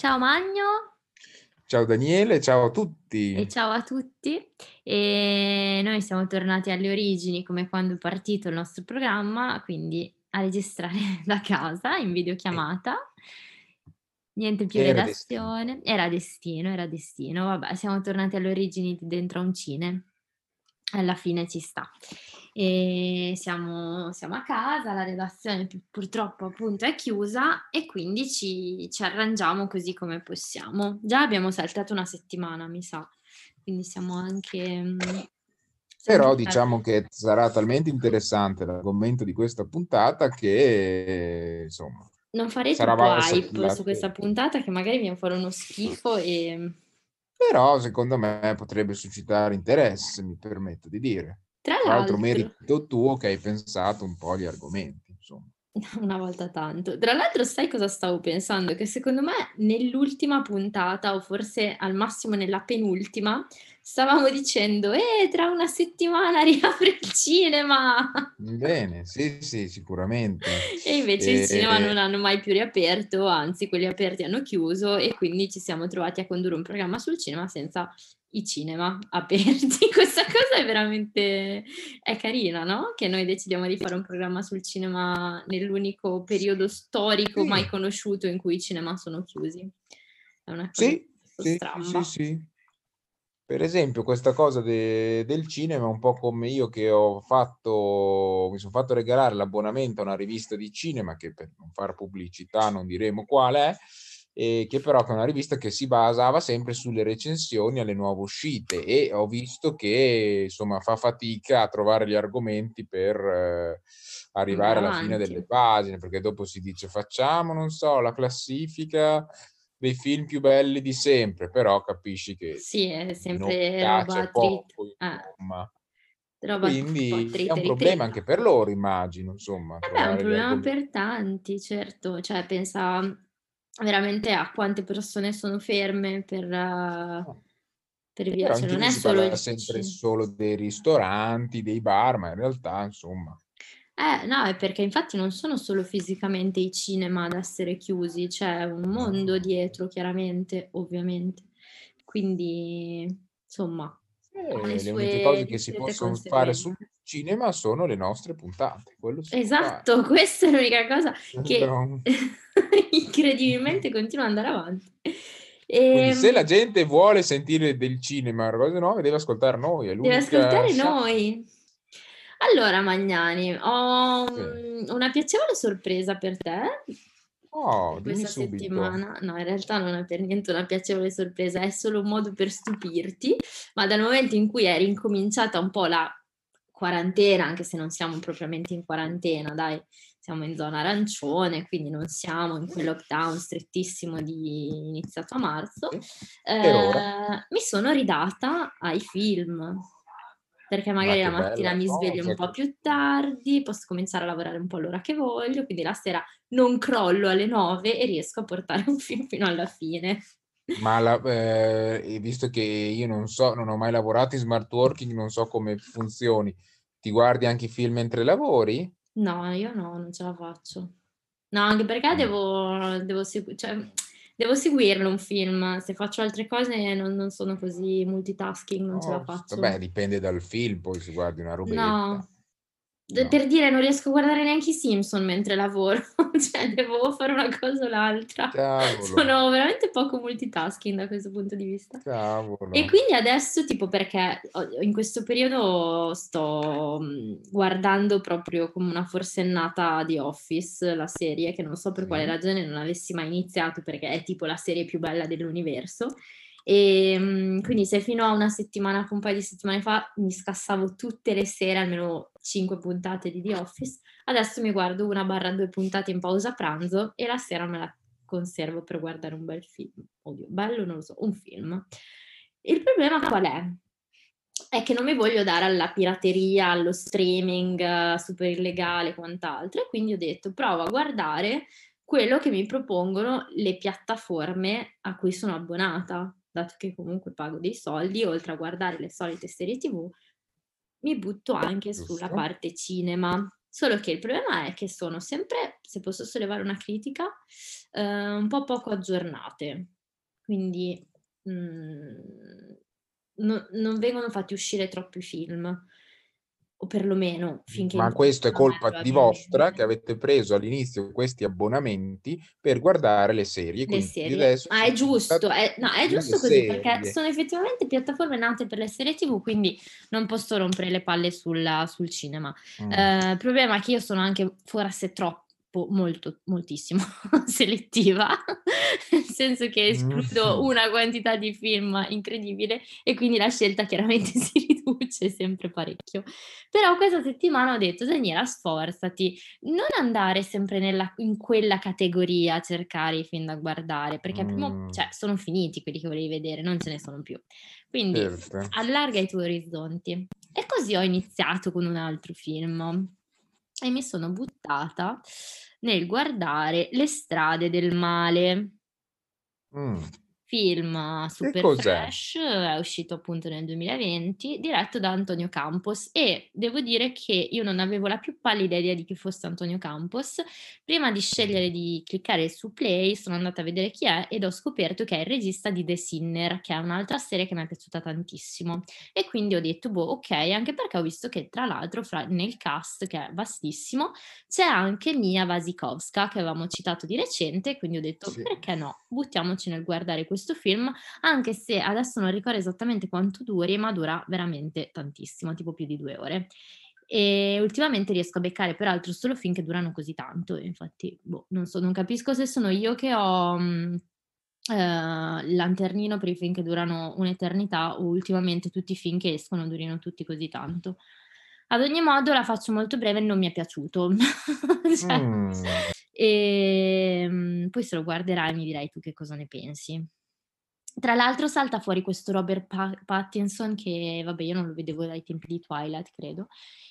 Ciao Magno Ciao Daniele, ciao a e tutti. ciao a tutti. Noi siamo tornati alle origini come quando è partito il nostro programma, quindi a registrare da casa in E videochiamata. Niente più era destino. redazione. Era destino. Vabbè, siamo tornati alle origini di dentro a un cine. Alla fine ci sta. Siamo a casa, la redazione purtroppo appunto è chiusa e quindi ci arrangiamo così come possiamo. Già abbiamo saltato una settimana mi sa, quindi siamo Però preparati. diciamo che sarà talmente interessante l'argomento di questa puntata che insomma Non farei sarà troppo valsa hype su questa l'attesa. puntata che magari viene fuori uno schifo Però secondo me potrebbe suscitare interesse, mi permetto di dire. tra Tra l'altro l'altro merito tuo che hai pensato un po' agli argomenti, insomma. una volta tanto. Tra l'altro sai cosa stavo pensando? Che secondo me nell'ultima puntata, o forse al massimo nella penultima, stavamo dicendo: tra una settimana riapre il cinema!" Bene, sì, sì, sicuramente. E invece i cinema non Eh, hanno mai più riaperto, anzi quelli aperti hanno chiuso e quindi ci siamo trovati a condurre un programma sul cinema senza i cinema aperti. Questa cosa è carina, no, che noi decidiamo di fare un programma sul cinema nell'unico periodo storico mai sì, conosciuto in cui i cinema sono chiusi. È una cosa sì, piuttosto sì, sì, sì, stramba. sì. Per esempio questa cosa del cinema è un po' come io che mi sono fatto regalare l'abbonamento a una rivista di cinema, che per non far pubblicità non diremo qual è, e che però è una rivista che si basava sempre sulle recensioni alle nuove uscite e ho visto che insomma fa fatica a trovare gli argomenti per Andare arrivare alla fine delle avanti. pagine, perché dopo si dice facciamo, non so, la classifica dei film più belli di sempre, però capisci che Sì, è di noi sempre piace roba poco, insomma. roba un po' Quindi è un trita e problema ritretta. anche per loro, immagino, insomma, Eh beh, è un trovare gli problema argomenti. per tanti, certo. Cioè, pensa veramente a quante persone sono ferme per via Però in cioè non TV è si solo parla il sempre ci solo dei ristoranti, dei bar, ma in realtà, insomma, no, è perché infatti non sono solo fisicamente i cinema ad essere chiusi, c'è un mondo no. dietro chiaramente, ovviamente. Quindi, insomma, ha le Le uniche cose sue che si discrete possono fare conseguenze. sul cinema sono le nostre puntate, quello si può fare. Esatto, questa è l'unica cosa che Quello- incredibilmente continua ad andare avanti. Quindi se la Ehm, gente vuole sentire del cinema, cose nuove, deve ascoltare noi, è deve l'unica ascoltare chance. noi. Allora Magnani, ho, Sì. una piacevole sorpresa per te Oh, per dimmi questa subito. settimana. No, in realtà non è per niente una piacevole sorpresa, è solo un modo per stupirti, ma dal momento in cui è ricominciata un po' la quarantena, anche se non siamo propriamente in quarantena, dai, siamo in zona arancione, quindi non siamo in quel lockdown strettissimo di iniziato a marzo, Sì. Per ora. mi sono ridata ai film. Perché Ma magari la che mattina bella mi sveglio un cosa po' questa. più tardi, posso cominciare a lavorare un po' all'ora che voglio, quindi la sera non crollo alle 9 e riesco a portare un film fino alla fine. Ma e visto che io non so, non ho mai lavorato in smart working, non so come funzioni, ti guardi anche i film mentre lavori? No, io no, non ce la faccio. No, anche perché Mm. devo seguirlo un film. Se faccio altre cose non sono così multitasking, non ce la Oh, faccio. vabbè, dipende dal film, poi si guardi una robetta. No. Per No, dire, non riesco a guardare neanche i Simpson mentre lavoro, cioè devo fare una cosa o l'altra. cavolo, Sono veramente poco multitasking da questo punto di vista. E cavolo. quindi adesso, tipo perché in questo periodo sto guardando proprio come una forsennata The Office, la serie, che non so per quale Sì. ragione non avessi mai iniziato, perché è tipo la serie più bella dell'universo. Quindi se fino a una settimana fa, un paio di settimane fa, mi scassavo tutte le sere almeno 5 puntate di The Office, adesso mi guardo 1/2 puntate in pausa pranzo e la sera me la conservo per guardare un bel film. Oddio, bello non lo so, un film. Il problema qual è? È che non mi voglio dare alla pirateria, allo streaming super illegale e quant'altro, e quindi ho detto provo a guardare quello che mi propongono le piattaforme a cui sono abbonata, dato che comunque pago dei soldi, oltre a guardare le solite serie TV, mi butto anche sulla Giusto? parte cinema. Solo che il problema è che sono sempre, se posso sollevare una critica, un po' poco aggiornate. quindi non vengono fatti uscire troppi film, o perlomeno finché Ma questo è incominciano a me colpa va di bene vostra, che bene. avete preso all'inizio questi abbonamenti per guardare le serie, Le quindi serie. adesso Ma è siete giusto, buttati no, è nelle giusto così perché serie. sono effettivamente piattaforme nate per le serie TV, quindi non posso rompere le palle sul cinema. Mh. Il problema è che io sono anche forse troppo, molto, moltissimo selettiva, nel senso che escludo Mh-mh. una quantità di film incredibile e quindi la scelta chiaramente si riduce sempre parecchio. Però questa settimana ho detto: "Daniela, sforzati, non andare sempre in quella categoria a cercare i film da guardare, perché Mh, cioè sono finiti quelli che volevi vedere, non ce ne sono più. Quindi certo. allarga i tuoi orizzonti." E così ho iniziato con un altro film e mi sono buttata nel guardare Le strade del male. Mh. Film Che super cos'è? fresh, è uscito appunto nel 2020, diretto da Antonio Campos e devo dire che io non avevo la più pallida idea di chi fosse Antonio Campos. Prima di scegliere di cliccare su play sono andata a vedere chi è ed ho scoperto che è il regista di The Sinner, che è un'altra serie che mi è piaciuta tantissimo. E quindi ho detto: "Boh, okay", anche perché ho visto che tra l'altro nel cast, che è vastissimo, c'è anche Mia Wasikowska, che avevamo citato di recente, quindi ho detto: Sì. "Perché no? Buttiamoci nel guardare questo film", anche se adesso non ricordo esattamente quanto duri, ma dura veramente tantissimo, tipo più di 2 ore. E ultimamente riesco a beccare peraltro solo film che durano così tanto e infatti, boh, non so, non capisco se sono io che ho, lanternino per i film che durano un'eternità o ultimamente tutti i film che escono durino tutti così tanto. Ad ogni modo la faccio molto breve, non mi è piaciuto. Cioè, Mh. poi se lo guarderai mi dirai tu che cosa ne pensi. Tra l'altro salta fuori questo Robert Pattinson che vabbè io non lo vedevo dai tempi di Twilight credo,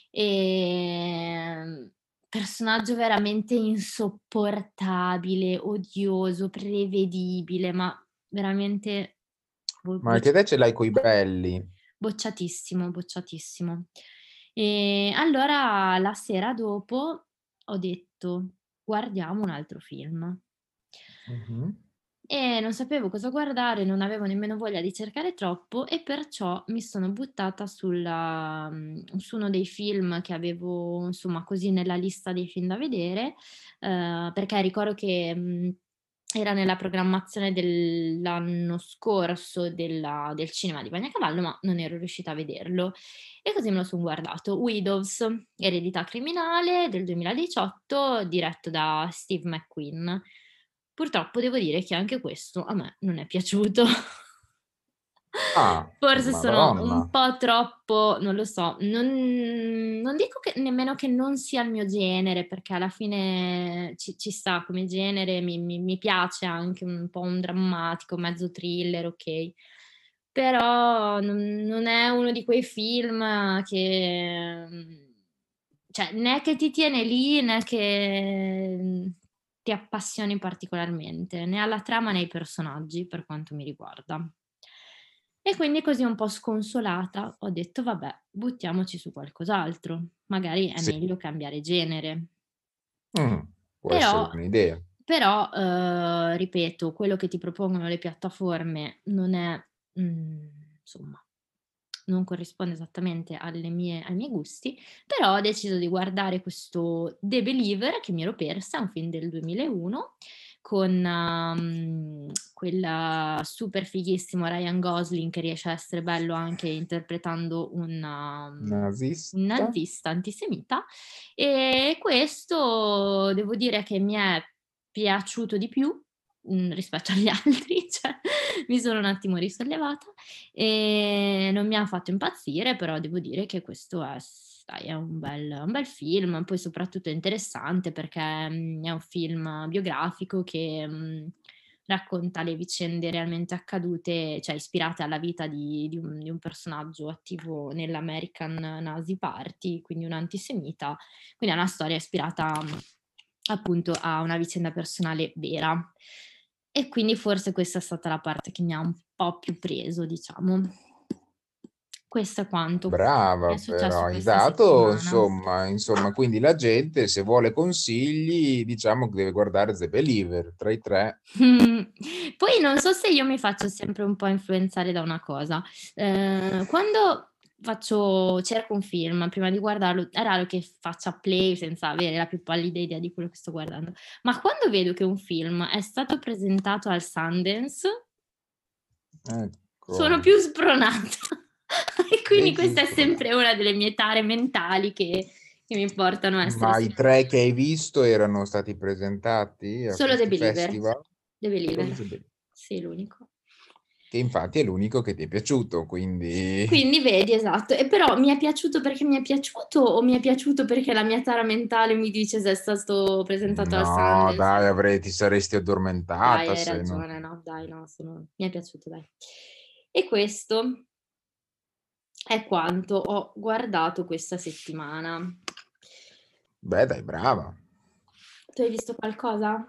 personaggio veramente insopportabile, odioso, prevedibile, ma veramente Ma anche te ce l'hai coi bocciatissimo. belli. Bocciatissimo, bocciatissimo. Allora la sera dopo ho detto: "Guardiamo un altro film." Mh-mh. E non sapevo cosa guardare, non avevo nemmeno voglia di cercare troppo e perciò mi sono buttata su uno dei film che avevo, insomma, così nella lista dei film da vedere, perché ricordo che, era nella programmazione dell'anno scorso del cinema di Bagnacavallo, ma non ero riuscita a vederlo. E così me lo son guardato. Widows, Eredità criminale del 2018, diretto da Steve McQueen. Purtroppo devo dire che anche questo a me non è piaciuto. Ah, Forse sono un madonna. po' troppo, non lo so, non dico che nemmeno che non sia il mio genere, perché alla fine ci sta come genere, mi piace anche un po' un drammatico, mezzo thriller, okay. Però non è uno di quei film che, cioè né che ti tiene lì, né che, ti appassioni particolarmente, né alla trama né ai personaggi, per quanto mi riguarda. E quindi così un po' sconsolata ho detto: "Vabbè, buttiamoci su qualcos'altro, magari è Sì. meglio cambiare genere". Può Però essere un'idea. ripeto, quello che ti propongono le piattaforme non è, insomma, non corrisponde esattamente ai miei gusti, però ho deciso di guardare questo The Believer che mi ero persa, un film del 2001 con, quel super fighissimo Ryan Gosling che riesce a essere bello anche interpretando un Nazista? nazista antisemita. E questo devo dire che mi è piaciuto di più, rispetto agli altri, cioè mi sono un attimo risollevata. Non mi ha fatto impazzire, però devo dire che questo è un bel film, poi soprattutto è interessante perché, è un film biografico che, racconta le vicende realmente accadute, cioè ispirate alla vita di un personaggio attivo nell'American Nazi Party, quindi un antisemita, quindi è una storia ispirata, appunto a una vicenda personale vera. E quindi forse questa è stata la parte che mi ha un po' più preso, diciamo. Questo è quanto. Mi è Brava, successo però hai questa dato, settimana. insomma, quindi la gente se vuole consigli, diciamo che deve guardare The Believer, tra i tre. Poi non so se io mi faccio sempre un po' influenzare da una cosa. Quando cerco un film, prima di guardarlo, è raro che faccia play senza avere la più pallida idea di quello che sto guardando. Ma quando vedo che un film è stato presentato al Sundance, sono Ecco, più spronata. E quindi sei più questa è spronato. sempre una delle mie tare mentali che mi portano a essere Ma i sempre tre che hai visto erano stati presentati a solo The questo Believer. festival? The Solo Believer. The Believer. Sì, l'unico. Che infatti è l'unico che ti è piaciuto, quindi... Quindi vedi, esatto. E però mi è piaciuto perché mi è piaciuto o mi è piaciuto perché la mia tara mentale mi dice se è stato presentato al No, Sundance? dai, ti saresti Dai, addormentata hai se non... ragione, no, dai, no, mi è piaciuto, dai. E questo è quanto ho guardato questa settimana. Beh, dai, brava. Tu hai visto qualcosa?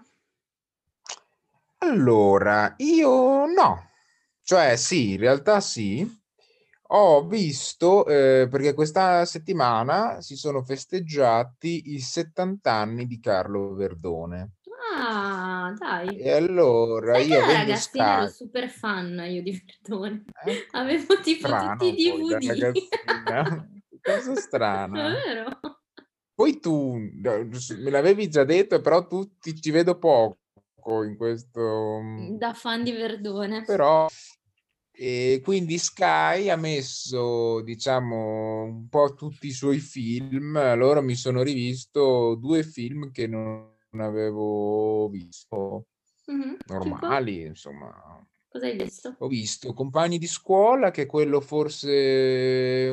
Allora, io no, cioè sì, in realtà sì, ho visto, perché questa settimana si sono festeggiati i 70 anni di Carlo Verdone. Ah, dai. E allora Sai che io da avendo ragazzina ero Sky, super fan io di Verdone. ecco, Avevo tipo tutti i strano poi da DVD. ragazzina, cosa strana. Davvero? Poi tu me l'avevi già detto, però tu ci vedo poco in questo, Da fan di Verdone. però e quindi Sky ha messo, diciamo, un po' tutti i suoi film. Allora mi sono rivisto 2 film che non avevo visto, Tipo? normali, insomma. Cosa hai visto? Ho visto Compagni di scuola, che è quello forse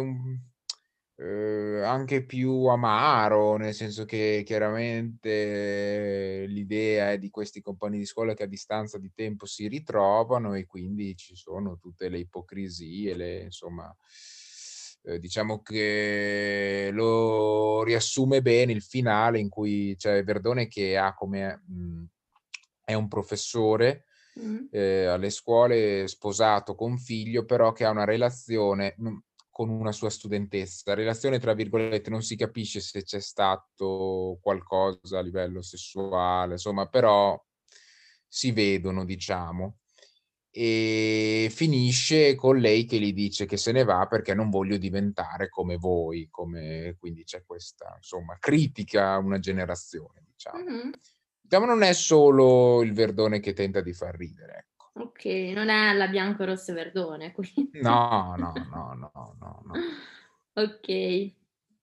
anche più amaro, nel senso che chiaramente l'idea è di questi compagni di scuola che a distanza di tempo si ritrovano e quindi ci sono tutte le ipocrisie, insomma, diciamo che lo riassume bene il finale in cui c'è Verdone che ha come è un professore Mh. alle scuole, sposato con figlio, però che ha una relazione con una sua studentessa. Relazione tra virgolette, non si capisce se c'è stato qualcosa a livello sessuale, insomma, però si vedono, diciamo. E finisce con lei che gli dice che se ne va perché non voglio diventare come voi, quindi c'è questa, insomma, critica a una generazione, diciamo. Mh-mh. Diciamo non è solo il Verdone che tenta di far ridere, ecco. Okay, non è alla bianco, rosso e verdone quindi. No, no, no, no, no, no. Okay.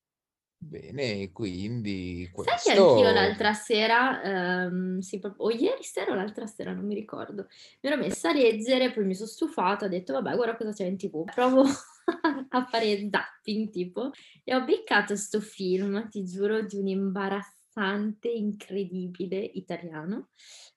Bene, quindi Sai che anch'io questo l'altra sera, sì o ieri sera o l'altra sera, non mi ricordo, mi ero messa a leggere, poi mi son stufata, ho detto: "Vabbè, guarda cosa c'è in TV". Provo a fare zapping tipo e ho beccato 'sto film, ti giuro, di un imbarazzante, incredibile italiano,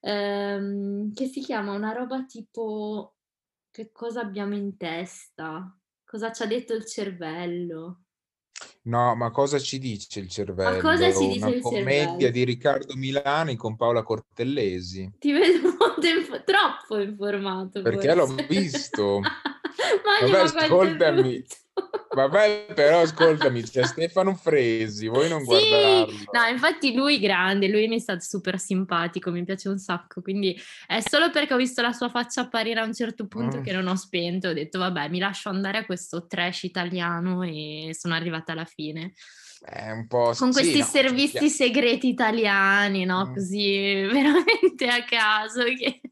che si chiama una roba tipo: "Che cosa abbiamo in testa? Cosa c'ha detto il cervello?" no, ma cosa ci dice il Ma cosa ci cervello? dice Una il commedia cervello? di Riccardo Milani con Paola Cortellesi. Ti vedo molto troppo informato Perché l'ho forse. visto. Mani, Vabbè, ma quanto è ascoltami. brutto. Vabbè, però ascoltami, c'è Stefano Fresi, vuoi non Sì, no, guardarlo? infatti lui grande, lui mi sta super simpatico, mi piace un sacco, quindi è solo perché ho visto la sua faccia apparire a un certo punto Mm. che non ho spento, ho detto: "Vabbè, mi lascio andare a questo trash italiano" e sono arrivata alla fine. È un po' Con sì, questi no, cioè, servizi segreti italiani, no, mm. così veramente a caso che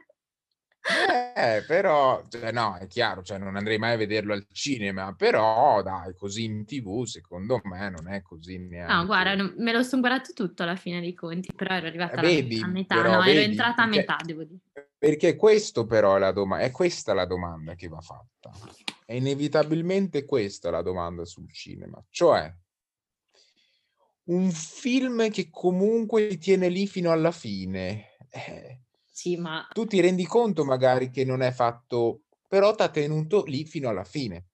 Però, cioè, no, è chiaro, cioè, non andrei mai a vederlo al cinema, però dai, così in TV secondo me non è così No, guarda, neanche. me lo son guardato tutto alla fine dei conti, però ero arrivata a Vedi, metà, però no, ero vedi, entrata a metà, devo dire. perché questo però è questa la domanda che va fatta. È inevitabilmente questa la domanda sul cinema, cioè un film che comunque ti tiene lì fino alla fine. Sì, ma Tu ti rendi conto magari che non è fatto, però t'ha tenuto lì fino alla fine.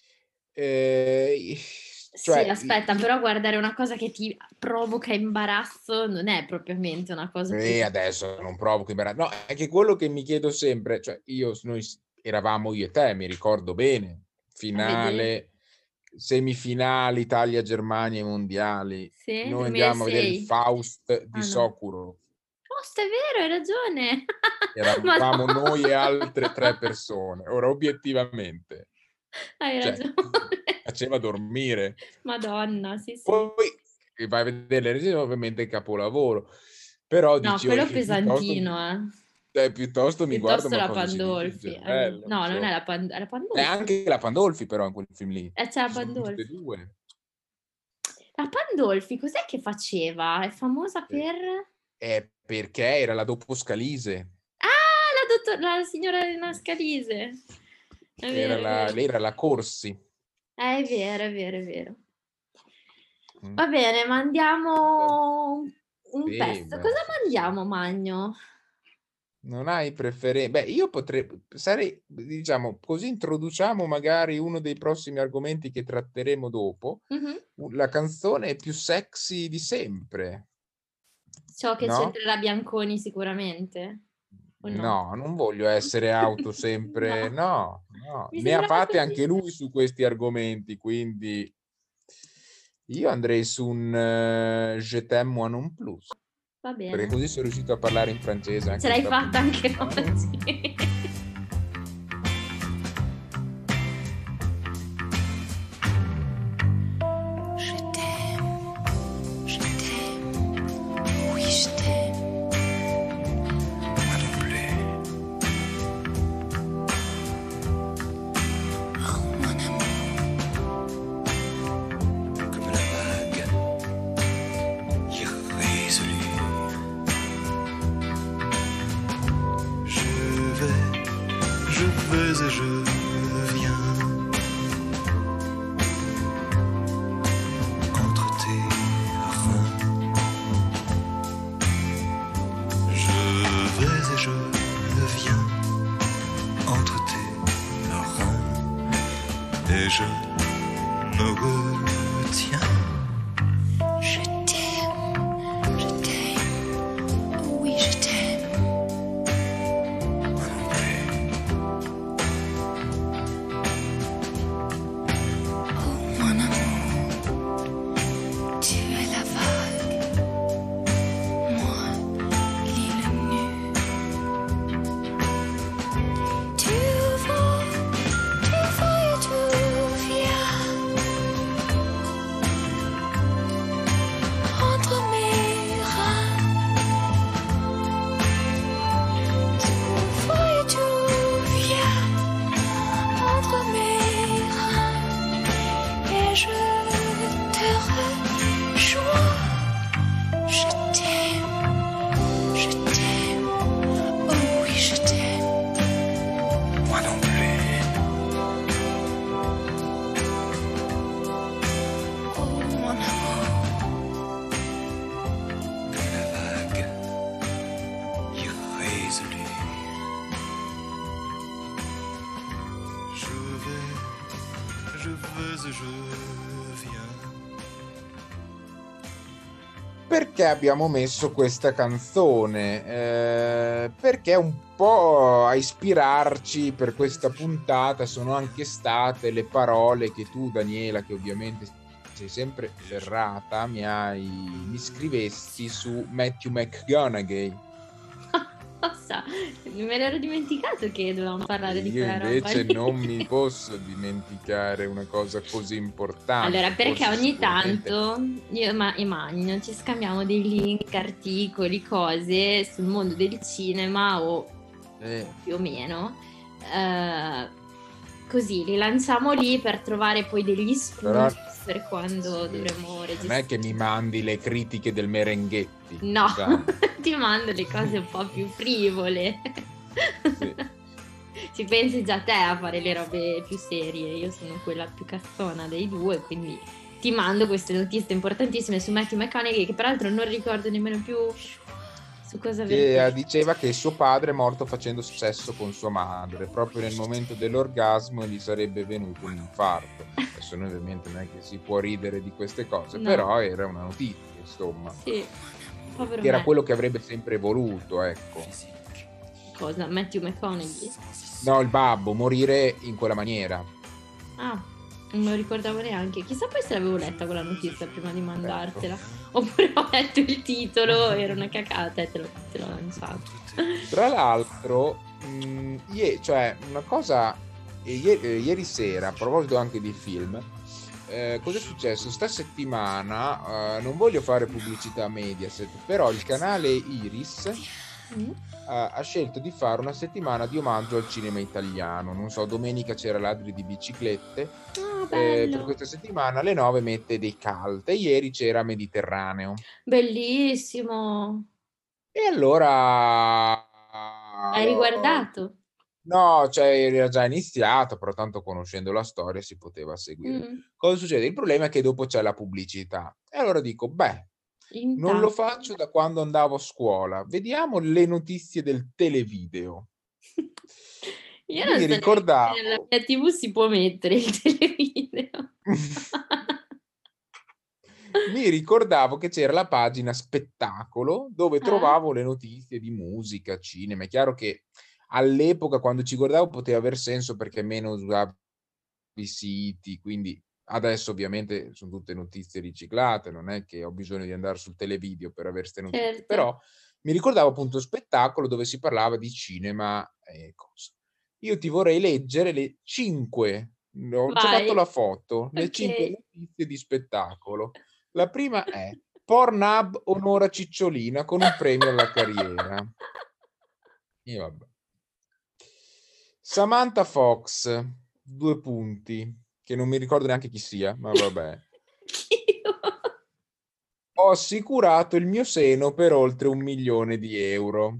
I sì, cioè aspetta, però guardare una cosa che ti provoca imbarazzo non è propriamente una cosa e positiva. adesso non provoco no, è che quello che mi chiedo sempre, cioè noi eravamo io e te, mi ricordo bene. finale, semifinali, Italia-Germania ai mondiali. Sì, Noi andiamo a vedere il 2006. Faust di Ah, no. Sokuro. È vero, hai ragione. Eravamo noi e altre 3 persone. Ora, obiettivamente, Hai ragione. faceva dormire. Madonna, sì. Poi vai a vedere le recensioni, ovviamente capolavoro. Però No, dici: quello piuttosto pesantino, piuttosto mi guardo Piuttosto ma la cosa si dice il Pandolfi. cervello, No, non è insomma. la Pandolfi. Anche la Pandolfi però in quel film lì. C'è la Ci sono tutte e Pandolfi. 2. La Pandolfi cos'è che faceva? È famosa per... Perché era la dopo Scalise. La signora Elena Scalise. È Era vero, è vero. lei era la Corsi. È vero, è vero, è vero. Va bene, mandiamo un Sì, pesto. Cosa mandiamo, Magno? Non hai preferenze? Io diciamo, così introduciamo magari uno dei prossimi argomenti che tratteremo dopo, la canzone più sexy di sempre. Ciò che No? c'entrerà Bianconi sicuramente. No, non voglio essere auto sempre, no. Ne ha fatte anche lui su questi argomenti, quindi io andrei su un Je t'aime moi non plus. Va bene. Perché così sono riuscito a parlare in francese anche. Ce l'hai fatta anche oggi. Perché abbiamo messo questa canzone? Perché un po' a ispirarci per questa puntata sono anche state le parole che tu, Daniela, che ovviamente sei sempre ferrata, mi scrivesti su Matthew McConaughey. Me l'ero dimenticato che dovevamo parlare di quella roba. Io invece non mi posso dimenticare una cosa così importante. Allora, perché ogni tanto io e Magno ci scambiamo dei link, articoli, cose sul mondo del cinema o più o meno, così li lanciamo lì per trovare poi degli spunti per quando dovremo registrare. Non è che mi mandi le critiche del Merenghetti. No, ti mando le cose un po' più frivole. Sì. Ci pensi già te a fare le robe più serie, io sono quella più cazzona dei due, quindi ti mando queste notizie importantissime su Matthew McConaughey, che peraltro non ricordo nemmeno più su cosa diceva che suo padre è morto facendo sesso con sua madre, proprio nel momento dell'orgasmo gli sarebbe venuto un infarto. Adesso noi ovviamente non è che si può ridere di queste cose, no. Però era una notizia, insomma. Sì, che era quello che avrebbe sempre voluto, ecco. Cosa? Matthew McConaughey? No, il babbo, morire in quella maniera. Ah, non me lo ricordavo neanche. Chissà poi se l'avevo letta quella notizia prima di mandartela. Ecco. Oppure ho letto il titolo, era una cacata e te l'ho lanciato. Tra l'altro, cioè una cosa, ieri sera, a proposito anche di film, cosa è successo? Sta settimana, non voglio fare pubblicità a Mediaset, però il canale Iris ha scelto di fare una settimana di omaggio al cinema italiano. Non so, domenica c'era Ladri di biciclette. Ah, Per bello. questa settimana alle 9 mette dei cult e ieri c'era Mediterraneo. Bellissimo. E allora Hai riguardato? no, cioè era già iniziato, però tanto conoscendo la storia si poteva seguire. Mm, Cosa succede? Il problema è che dopo c'è la pubblicità. E allora dico, beh, non lo intanto. faccio da quando andavo a scuola. Vediamo le notizie del televideo. Io non Mi so neanche se nella ricordavo mia TV si può mettere il televideo. mi ricordavo che c'era la pagina spettacolo dove Eh? trovavo le notizie di musica, cinema. È chiaro che all'epoca quando ci guardavo poteva aver senso perché meno usavi i siti, quindi adesso ovviamente sono tutte notizie riciclate, non è che ho bisogno di andare sul televideo per avere queste notizie, Certo. però mi ricordavo appunto spettacolo dove si parlava di cinema e cose. Io ti vorrei leggere le 5, ho già fatto Vai. la foto, le 5 Ok. notizie di spettacolo. La prima è: Pornhub onora Cicciolina con un premio alla carriera. E vabbè. Samantha Fox, 2 punti, che non mi ricordo neanche chi sia, ma vabbè. Anch'io. Ho assicurato il mio seno per oltre 1.000.000 €.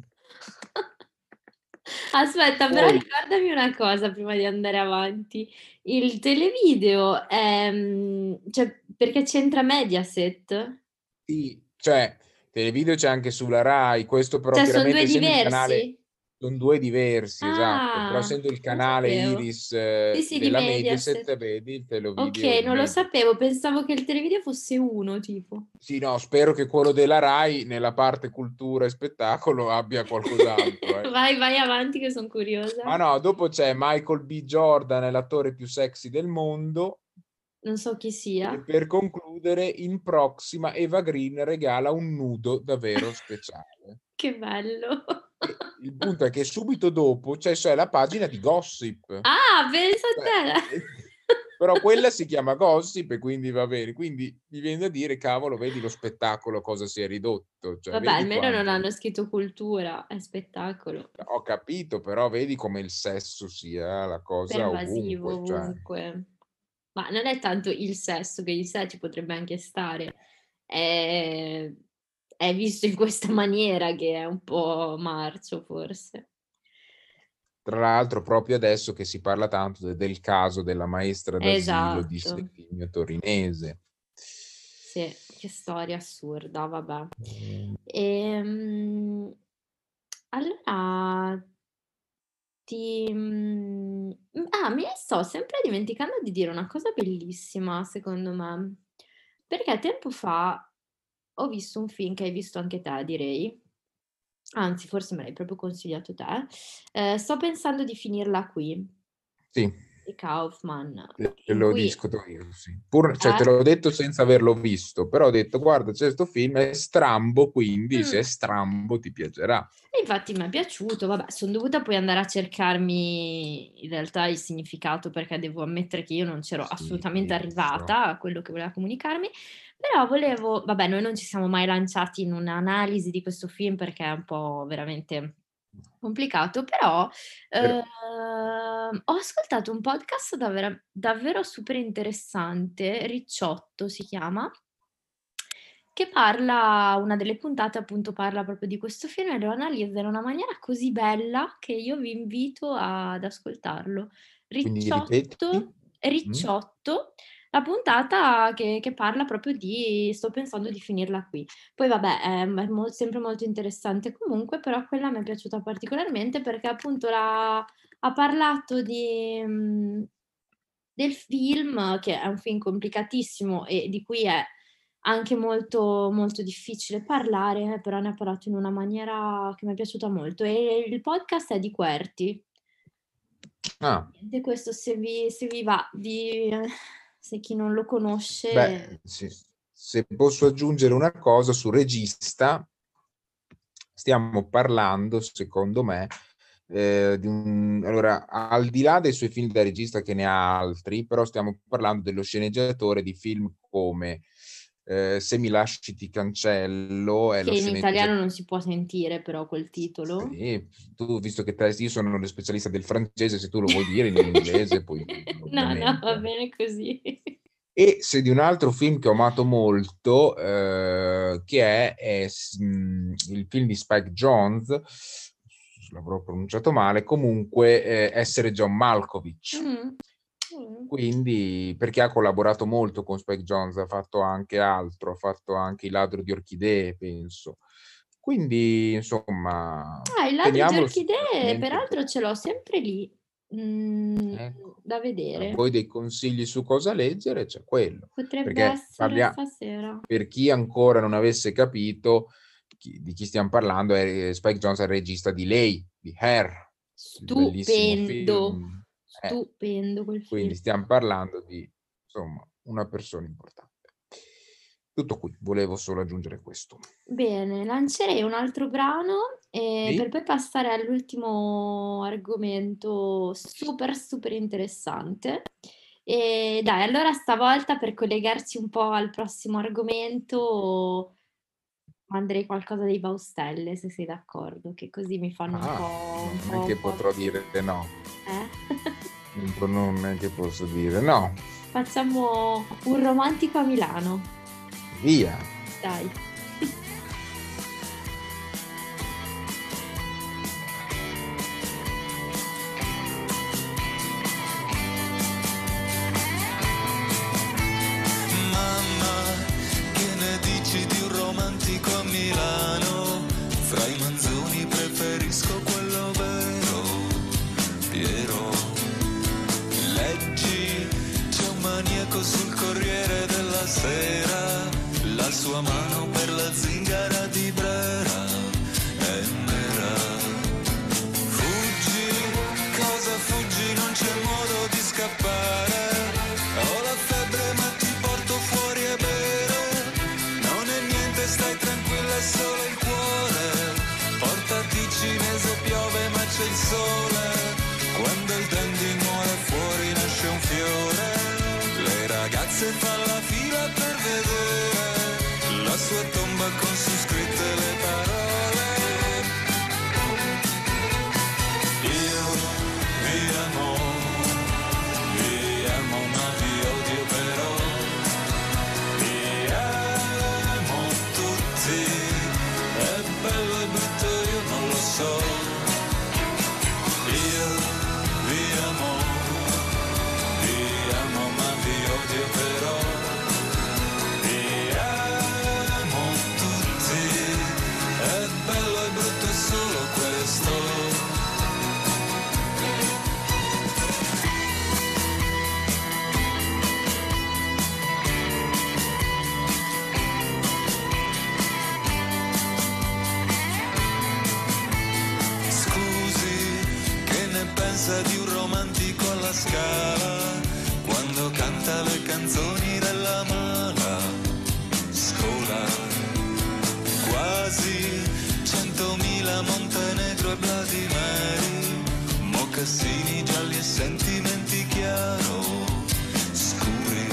Aspetta, però Poi ricordami una cosa prima di andare avanti. Il televideo cioè, perché c'entra Mediaset? sì, cioè televideo c'è anche sulla Rai, questo però Cioè, son 2 chiaramente essendo il canale diversi? son 2 diversi, esatto, però Ah, essendo il non lo canale sapevo. Iris Sì, sì, di della Mediaset. Mediaset, vedi il televideo Okay, di non lo Mediaset. sapevo, pensavo che il televideo fosse uno tipo. Sì, no, spero che quello della Rai nella parte cultura e spettacolo abbia qualcos'altro, Vai, vai avanti che son Ma curiosa. no, dopo c'è Michael B. Jordan, è l'attore più sexy del mondo. Non so chi sia. E per concludere, in prossima Eva Green regala un nudo davvero speciale. Che bello. E il punto è che subito dopo c'è la pagina di Gossip. Ah, pensa a Cioè, te. però quella si chiama Gossip e quindi va bene. Quindi mi viene da dire: "Cavolo, vedi lo spettacolo a cosa si è ridotto." Cioè, Vabbè, vedi almeno non quanto hanno scritto cultura, è spettacolo. ho capito, però vedi come il sesso sia la cosa Pervasivo ovunque, cioè ovunque. Ma non è tanto il sesso, che il sé ci potrebbe anche stare. È è visto in questa maniera che è un po' marcio forse. tra l'altro proprio adesso che si parla tanto del caso della maestra d'asilo di Esatto. Settimio Torinese. Sì, che storia assurda, vabbè. Ehm, Ehm, allora mi sto sempre dimenticando di dire una cosa bellissima secondo me, perché tempo fa ho visto un film che hai visto anche te direi, anzi forse me l'hai proprio consigliato te, Sto pensando di finirla qui, sì, di Kaufman, te in lo cui discuto io, sì. Pur cioè te eh? l'ho detto senza averlo visto, però ho detto: "Guarda, c'è 'sto film, è strambo, quindi se Mh. è strambo ti piacerà." E infatti m'è piaciuto, vabbè, son dovuta poi andare a cercarmi in realtà il significato, perché devo ammettere che io non c'ero Sì, assolutamente so. arrivata a quello che voleva comunicarmi, però volevo vabbè, noi non ci siamo mai lanciati in un'analisi di questo film perché è un po' veramente complicato, però, Per ho ascoltato un podcast davvero super interessante, Ricciotto si chiama, che parla una delle puntate appunto parla proprio di questo film e lo analizza in una maniera così bella che io vi invito ad ascoltarlo. quindi ripeti? Mh? Ricciotto, la puntata che parla proprio di sto pensando di finirla qui. Poi vabbè, è sempre molto interessante comunque, però quella m'è piaciuta particolarmente perché appunto ha parlato del film, che è un film complicatissimo e di cui è anche molto, molto difficile parlare, però ne ha parlato in una maniera che m'è piaciuta molto. E il podcast è di Querti. Ah, Niente, questo se vi va se chi non lo conosce. beh, sì. Se posso aggiungere una cosa sul regista, stiamo parlando, secondo me, allora, al di là dei suoi film da regista, che ne ha altri, però stiamo parlando dello sceneggiatore di film come Se mi lasci ti cancello, è Che lo in italiano sceneggiatore. non si può sentire però quel titolo. Sì, tu, visto che io sono lo specialista del francese, se tu lo vuoi dire in inglese, puoi dirlo, No, no, va ovviamente. bene così. E se di un altro film che ho amato molto, che è il film di Spike Jonze, l'avrò pronunciato male, comunque Essere John Malkovich. Mm. Mm. Quindi, perché ha collaborato molto con Spike Jonze, ha fatto anche altro, ha fatto anche Il ladro di orchidee, penso. Quindi, insomma, Il ladro di teniamolo orchidee, sicuramente. peraltro ce l'ho sempre lì, Ecco, da a vedere. voi dei consigli su cosa leggere, c'è quello. Potrebbe Perché essere parliamo, stasera. per chi ancora non avesse capito di chi stiamo parlando, Spike Jonze è il regista di Lei, di Hair, il bellissimo Stupendo, film. stupendo quel film. Quindi stiamo parlando di, insomma, una persona importante. Tutto qui, volevo solo aggiungere questo. Bene, lancerei un altro brano, per Sì? poi passare all'ultimo argomento super, super interessante. Dai, allora stavolta per collegarci un po' al prossimo argomento, manderei qualcosa dei Baustelle, se sei d'accordo, che così mi fanno un Ah, po' un non è po' che un po' potrò dire no. eh? Non è che posso dire no. Facciamo un romantico a Milano, Via. dai. Mamma, che ne dici di un romantico a Milano? Fra i manzoni preferisco quello vero, Piero. Leggi, c'è un maniaco sul Corriere della Sera, la sua mano per la zingara di Brera è nera. Fuggi, cosa fuggi? Non c'è modo di scappare. Ho la febbre ma ti porto fuori a bere. Non è niente, stai tranquilla, è solo il cuore. Portati cinese, piove ma c'è il sole. Quando il dandy muore fuori nasce un fiore. Le ragazze fanno la fila per vedere la sua tomba con su scritte le parole. Io vi amo, ma vi odio però. Vi amo tutti, è bello e brutto io non lo so. Io vi amo, ma vi odio però. Vi amo tutti, è bello e brutto è solo questo. Scusi, che ne pensa di un romantico alla Scala, quando canta le canzoni della mala scuola? Quasi 100.000 Montenegro e Vladimiri, mocassini gialli e sentimenti chiaro scuri.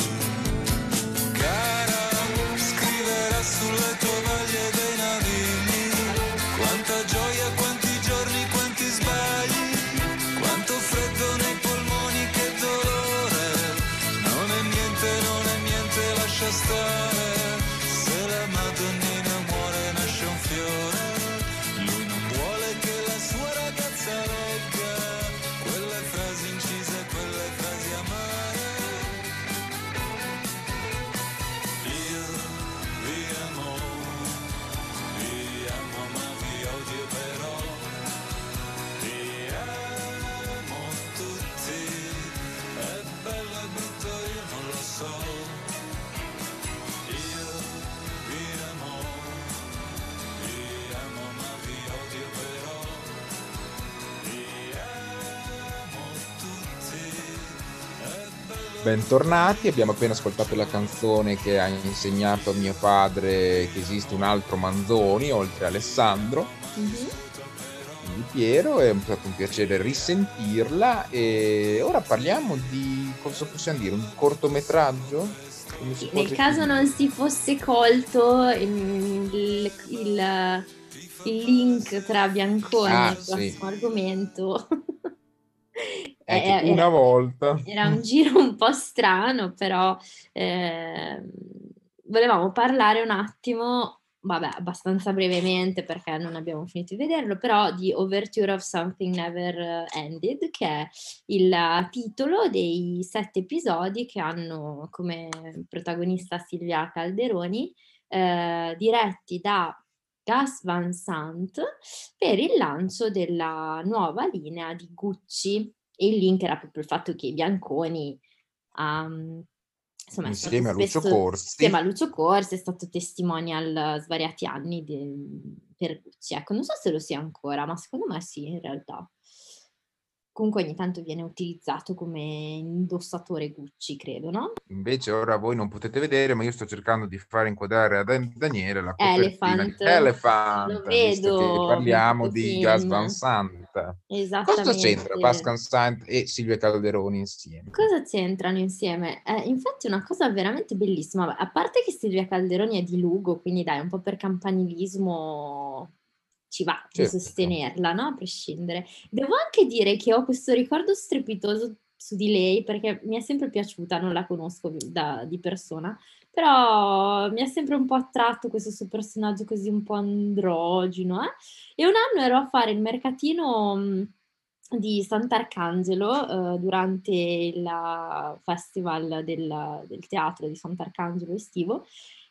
Cara, scriverà sulle tovaglie dei navigli quanta gioia, quanti giorni, quanti sbagli, quanto freddo nei polmoni, che dolore. Non è niente, lascia stare. Se la Madonnina muore nasce un fiore. Lui non vuole che la sua ragazza legga quelle frasi incise, quelle frasi amare. Io vi amo, ma vi odio però. Vi amo tutti, è bello e brutto io non lo so. Bentornati, abbiamo appena ascoltato la canzone che ha insegnato a mio padre che esiste un altro Manzoni oltre a Alessandro, quindi Piero, è stato un piacere risentirla e ora parliamo di, cosa possiamo dire, un cortometraggio? Come si può Nel caso definire? non si fosse colto il link tra Bianconi e Ah, il sì, prossimo argomento, è che era, una volta... era un giro un po' strano, però ehm, volevamo parlare un attimo, vabbè, abbastanza brevemente perché non abbiamo finito di vederlo, però di Overture of Something Never Ended, che è il titolo dei 7 episodi che hanno come protagonista Silvia Calderoni, diretti da Gus Van Sant per il lancio della nuova linea di Gucci. E il link era proprio il fatto che Bianconi insomma, è stato insieme a Lucio spesso insieme a Corsi. Lucio Corsi, è stato testimonial svariati anni per Gucci. Ecco, non so se lo sia ancora, ma secondo me sì, in realtà. Comunque ogni tanto viene utilizzato come indossatore Gucci, credo, no? Invece ora voi non potete vedere, ma io sto cercando di far inquadrare a Daniele la copertina di Elephant, lo Elephant, visto che vedo nel parliamo di Gus Van fotofilm. Sant. Cosa c'entra Gus Esattamente. Van Sant e Silvia Calderoni insieme? Cosa c'entrano insieme? Infatti è una cosa veramente bellissima. A parte che Silvia Calderoni è di Lugo, quindi dai, un po' per campanilismo ci va di Certo. sostenerla, no? A prescindere. Devo anche dire che ho questo ricordo strepitoso su di lei, perché mi è sempre piaciuta, non la conosco di persona, però mi ha sempre un po' attratto questo suo personaggio così un po' androgino, eh? E un anno ero a fare il mercatino di Sant'Arcangelo durante il festival del teatro di Sant'Arcangelo estivo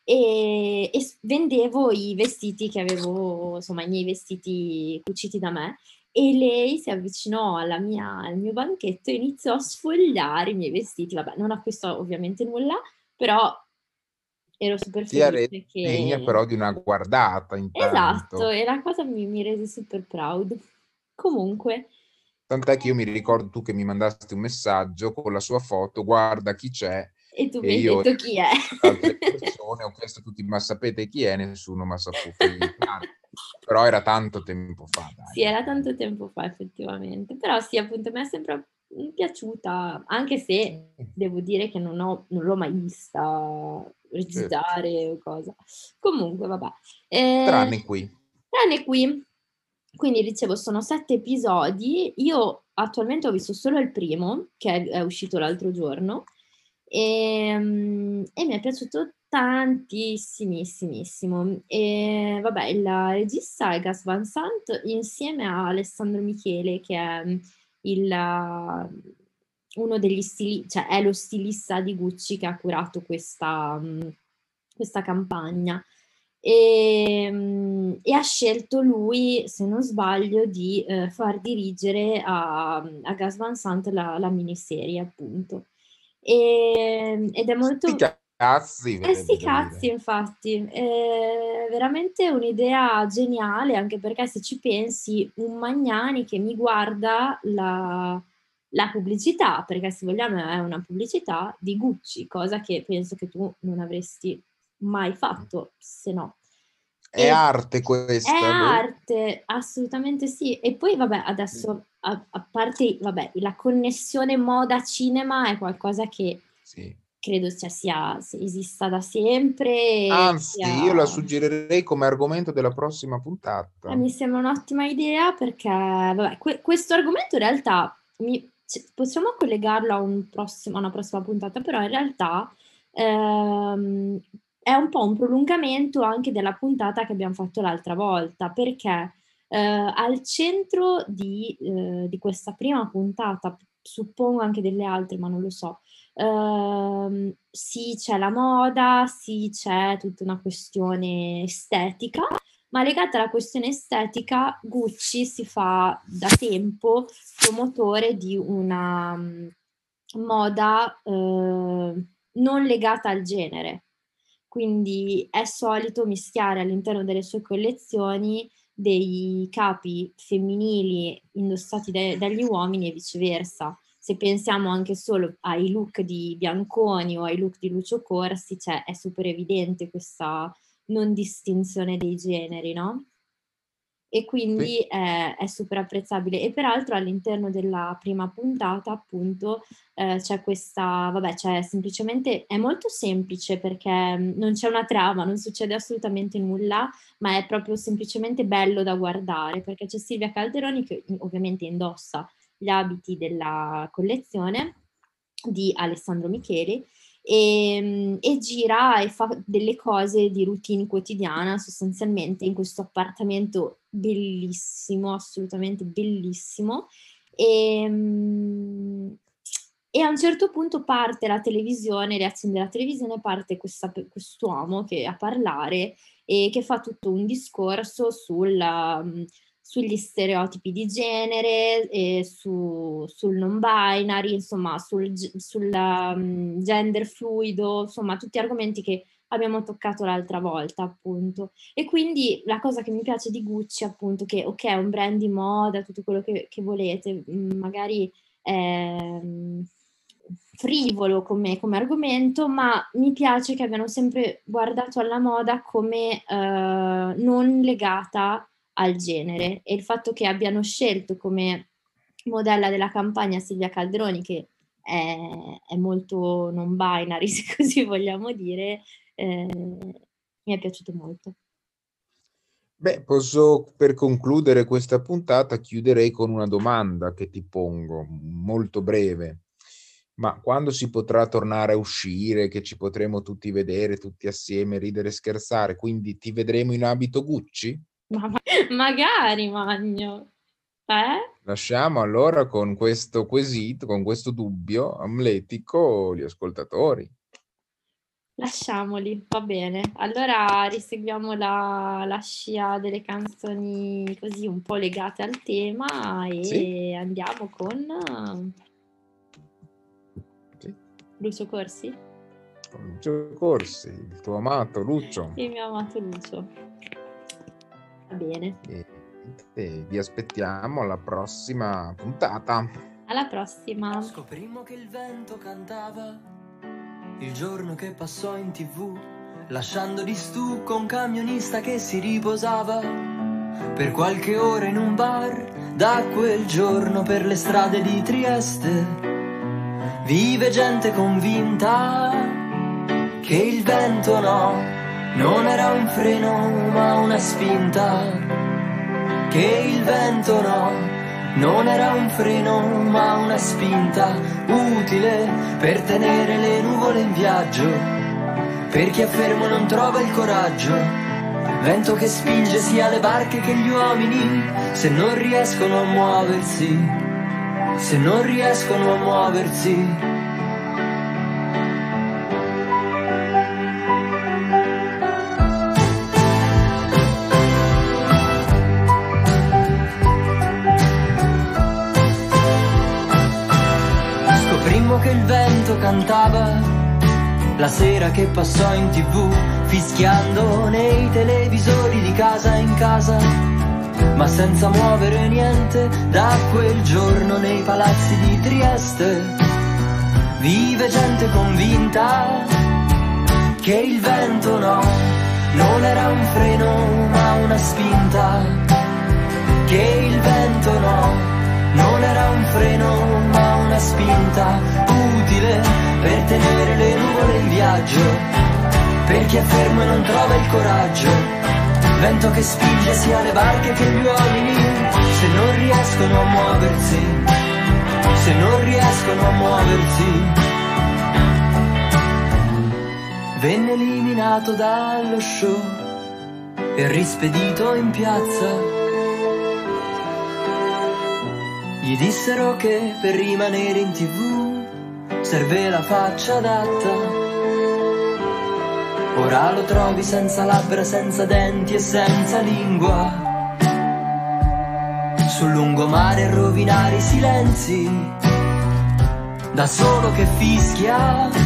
e vendevo i vestiti che avevo, insomma, i miei vestiti cuciti da me. E lei si avvicinò al mio banchetto e iniziò a sfogliare i miei vestiti. Vabbè, non acquistò ovviamente nulla, però ero super Ti era felice degna che... però di una guardata Esatto, intanto. e la cosa mi rese super proud. Comunque, Tant'è che io mi ricordo tu che mi mandasti un messaggio con la sua foto, guarda chi c'è, e tu e mi hai io detto chi è. ad altre persone ho chiesto a tutti, ma sapete chi è? Nessuno mi ha saputo aiutare. Però era tanto tempo fa, Sì, dai. era tanto tempo fa effettivamente, però sì, appunto, mi è sempre piaciuta, anche se devo dire che non l'ho mai vista Certo. recitare o cosa. Comunque, vabbè. Eh, Tranne qui. tranne qui, quindi dicevo, sono 7 episodi, io attualmente ho visto solo il primo, che è uscito l'altro giorno, e mi è piaciuto tantissimissimo. E vabbè, il regista è Gus Van Sant insieme a Alessandro Michele, che è uno degli cioè è lo stilista di Gucci che ha curato questa campagna. E ha scelto lui, se non sbaglio, di far dirigere a Gus Van Sant la miniserie, appunto. Ed è Sti molto... cazzi, Sti verrebbe da cazzi, dire. infatti, è veramente un'idea geniale, anche perché se ci pensi, un Magnani che mi guarda la pubblicità, perché se vogliamo è una pubblicità di Gucci, cosa che penso che tu non avresti mai fatto, se no. È E arte è questa, boh. arte, assolutamente sì. E poi, vabbè, adesso, a parte, vabbè, la connessione moda-cinema è qualcosa che Sì. credo esista da sempre. E Anzi, io la suggerirei come argomento della prossima puntata. mi sembra un'ottima idea perché, vabbè, questo argomento in realtà possiamo collegarlo a una prossima puntata, però in realtà ehm, è un po' un prolungamento anche della puntata che abbiamo fatto l'altra volta, perché al centro di questa prima puntata, suppongo anche delle altre, ma non lo so, sì, c'è la moda, sì, c'è tutta una questione estetica, ma legata alla questione estetica, Gucci si fa da tempo promotore di una moda non legata al genere. Quindi è solito mischiare all'interno delle sue collezioni dei capi femminili indossati dagli uomini e viceversa. se pensiamo anche solo ai look di Bianconi o ai look di Lucio Corsi, cioè è super evidente questa non distinzione dei generi, no? E quindi Sì. è super apprezzabile. E peraltro all'interno della prima puntata, appunto, c'è questa, vabbè, c'è semplicemente, è molto semplice perché non c'è una trama, non succede assolutamente nulla, ma è proprio semplicemente bello da guardare, perché c'è Silvia Calderoni che ovviamente indossa gli abiti della collezione di Alessandro Micheli e gira e fa delle cose di routine quotidiana sostanzialmente in questo appartamento bellissimo, assolutamente bellissimo. E, e a un certo punto parte la televisione, riaccende la televisione, parte quest'uomo che a parlare e che fa tutto un discorso sugli stereotipi di genere, e sul non binary, insomma, sul gender fluido, insomma, tutti argomenti che abbiamo toccato l'altra volta, appunto. E quindi la cosa che mi piace di Gucci, appunto, che ok, è un brand di moda, tutto quello che volete, magari è frivolo come argomento, ma mi piace che abbiano sempre guardato alla moda come non legata al genere, e il fatto che abbiano scelto come modella della campagna Silvia Calderoni, che è molto non binary, se così vogliamo dire, mi è piaciuto molto. Beh, posso, per concludere questa puntata, chiuderei con una domanda che ti pongo, molto breve. Ma quando si potrà tornare a uscire, che ci potremo tutti vedere, tutti assieme, ridere e scherzare, quindi ti vedremo in abito Gucci? Magari, Magno. Lasciamo allora con questo quesito, con questo dubbio amletico, gli ascoltatori. Lasciamoli, va bene. Allora riseguiamo la scia delle canzoni così un po' legate al tema Sì? e andiamo con Sì. Lucio Corsi, Con Lucio Corsi, il tuo amato Lucio. il mio amato Lucio. Va bene. E vi aspettiamo alla prossima puntata. Alla prossima. Scoprimmo che il vento cantava il giorno che passò in TV, lasciando di stucco un camionista che si riposava per qualche ora in un bar. Da quel giorno per le strade di Trieste vive gente convinta che il vento non era un freno ma una spinta, che il vento non era un freno ma una spinta, utile per tenere le nuvole in viaggio, per chi è fermo non trova il coraggio, vento che spinge sia le barche che gli uomini, se non riescono a muoversi, se non riescono a muoversi. Che il vento cantava la sera che passò in TV, fischiando nei televisori di casa in casa, ma senza muovere niente. Da quel giorno nei palazzi di Trieste vive gente convinta che il vento non era un freno ma una spinta, che il vento non era un freno ma una spinta, utile per tenere le nuvole in viaggio, per chi è fermo e non trova il coraggio, vento che spinge sia le barche che gli uomini, se non riescono a muoversi, se non riescono a muoversi. Venne eliminato dallo show e rispedito in piazza. Gli dissero che per rimanere in TV serve la faccia adatta. Ora lo trovi senza labbra, senza denti e senza lingua, sul lungomare a rovinare i silenzi, da solo che fischia.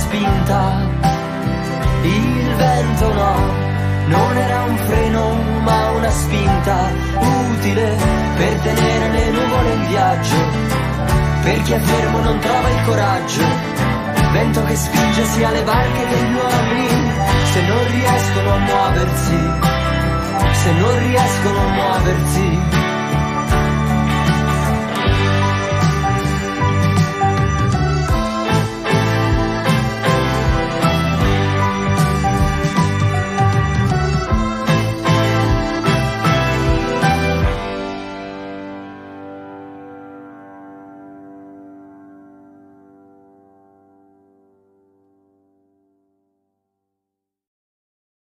spinta. Il vento no, non era un freno ma una spinta, utile per tenere le nuvole in viaggio, per chi è fermo non trova il coraggio. Vento che spinge sia le barche che gli uomini, se non riescono a muoversi, se non riescono a muoversi.